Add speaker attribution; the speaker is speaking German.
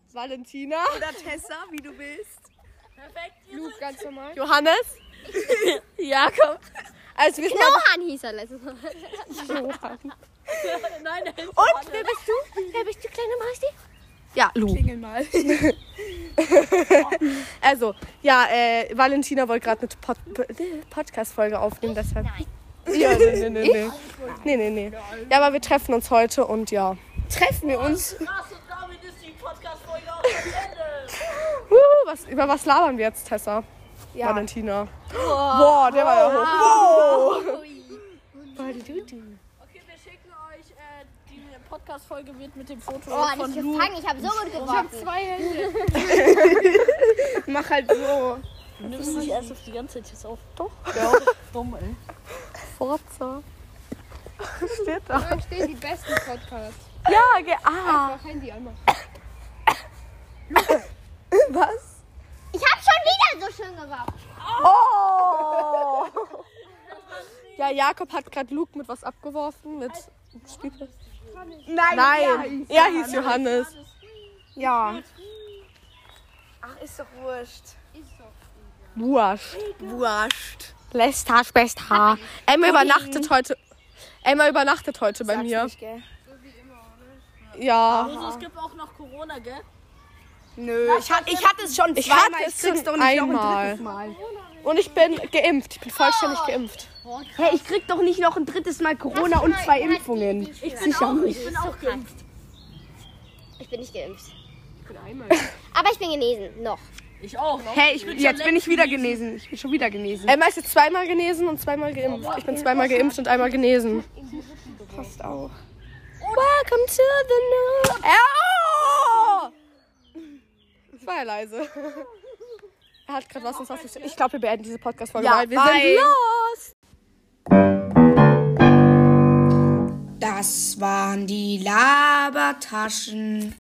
Speaker 1: Valentina.
Speaker 2: Oder Tessa, wie du willst.
Speaker 3: Perfekt.
Speaker 4: Luke, ganz normal.
Speaker 1: Johannes. Jakob. Also wir sind
Speaker 5: Johann hieß er letztes Mal.
Speaker 1: Johann.
Speaker 3: Nein, der ist
Speaker 1: Und wer bist du? Wer bist du, kleine Mausi? Ja, Lu.
Speaker 2: Klingel mal.
Speaker 1: Also, ja, Valentina wollte gerade eine Podcast-Folge aufnehmen, deshalb.
Speaker 5: Nein.
Speaker 1: Ja, nee. Ja, aber wir treffen uns heute und ja.
Speaker 2: Treffen wir uns.
Speaker 3: krass und damit ist die Podcast-Folge auch zu Ende.
Speaker 1: Über was labern wir jetzt, Tessa?
Speaker 2: Ja.
Speaker 1: Valentina. Boah, der war ja hoch. Wow.
Speaker 3: Okay, wir schicken euch, die Podcast-Folge wird mit dem Foto
Speaker 5: Oh,
Speaker 3: von
Speaker 5: nicht
Speaker 3: Lu.
Speaker 5: gefangen, ich habe so gut geworfen.
Speaker 4: 2 Hände.
Speaker 2: Mach halt so.
Speaker 3: Du nimmst nicht erst auf die ganze Zeit jetzt auf.
Speaker 1: Doch.
Speaker 3: Ja. Dumm, ey.
Speaker 1: Forza. Steht da.
Speaker 4: Da stehen die besten Podcasts.
Speaker 1: Ja,
Speaker 4: Einfach Handy einmal.
Speaker 1: Was?
Speaker 5: Ich habe schon wieder so schön geworfen.
Speaker 1: Oh! Ja, Jakob hat gerade Luke mit was abgeworfen. Mit Spielplatz. Nein, er hieß Johannes.
Speaker 2: Ja. Ach, ist doch wurscht.
Speaker 1: Wurscht. Lässt Besta. Emma übernachtet heute bei mir.
Speaker 2: Nicht, gell?
Speaker 1: Ja.
Speaker 3: Also, es gibt auch noch Corona, gell?
Speaker 2: Nö, ich hatte es schon
Speaker 1: Ich
Speaker 2: zweimal.
Speaker 1: hatte es
Speaker 2: Ich krieg's doch
Speaker 1: schon
Speaker 2: nicht noch ein
Speaker 1: einmal.
Speaker 2: drittes Mal.
Speaker 1: Und ich bin geimpft. Ich bin vollständig geimpft.
Speaker 2: Hey, ich krieg doch nicht noch ein drittes Mal Corona und 2 Impfungen. Sicher nicht.
Speaker 3: Ich bin auch geimpft.
Speaker 5: Ich bin nicht geimpft.
Speaker 4: Ich bin einmal.
Speaker 5: Aber ich bin genesen. Noch.
Speaker 3: Ich auch.
Speaker 2: Hey, jetzt bin ich wieder genesen. Ich bin schon wieder genesen.
Speaker 1: Emma ist jetzt zweimal genesen und zweimal geimpft. Ich bin zweimal geimpft und einmal genesen.
Speaker 2: Passt auch.
Speaker 1: Welcome to the new... Au! Das war ja leise. Er hat gerade was. Ich glaube, wir beenden diese Podcast-Folge,
Speaker 2: Ja,
Speaker 1: weil wir
Speaker 2: bye.
Speaker 1: sind los.
Speaker 2: Das waren die Labertaschen.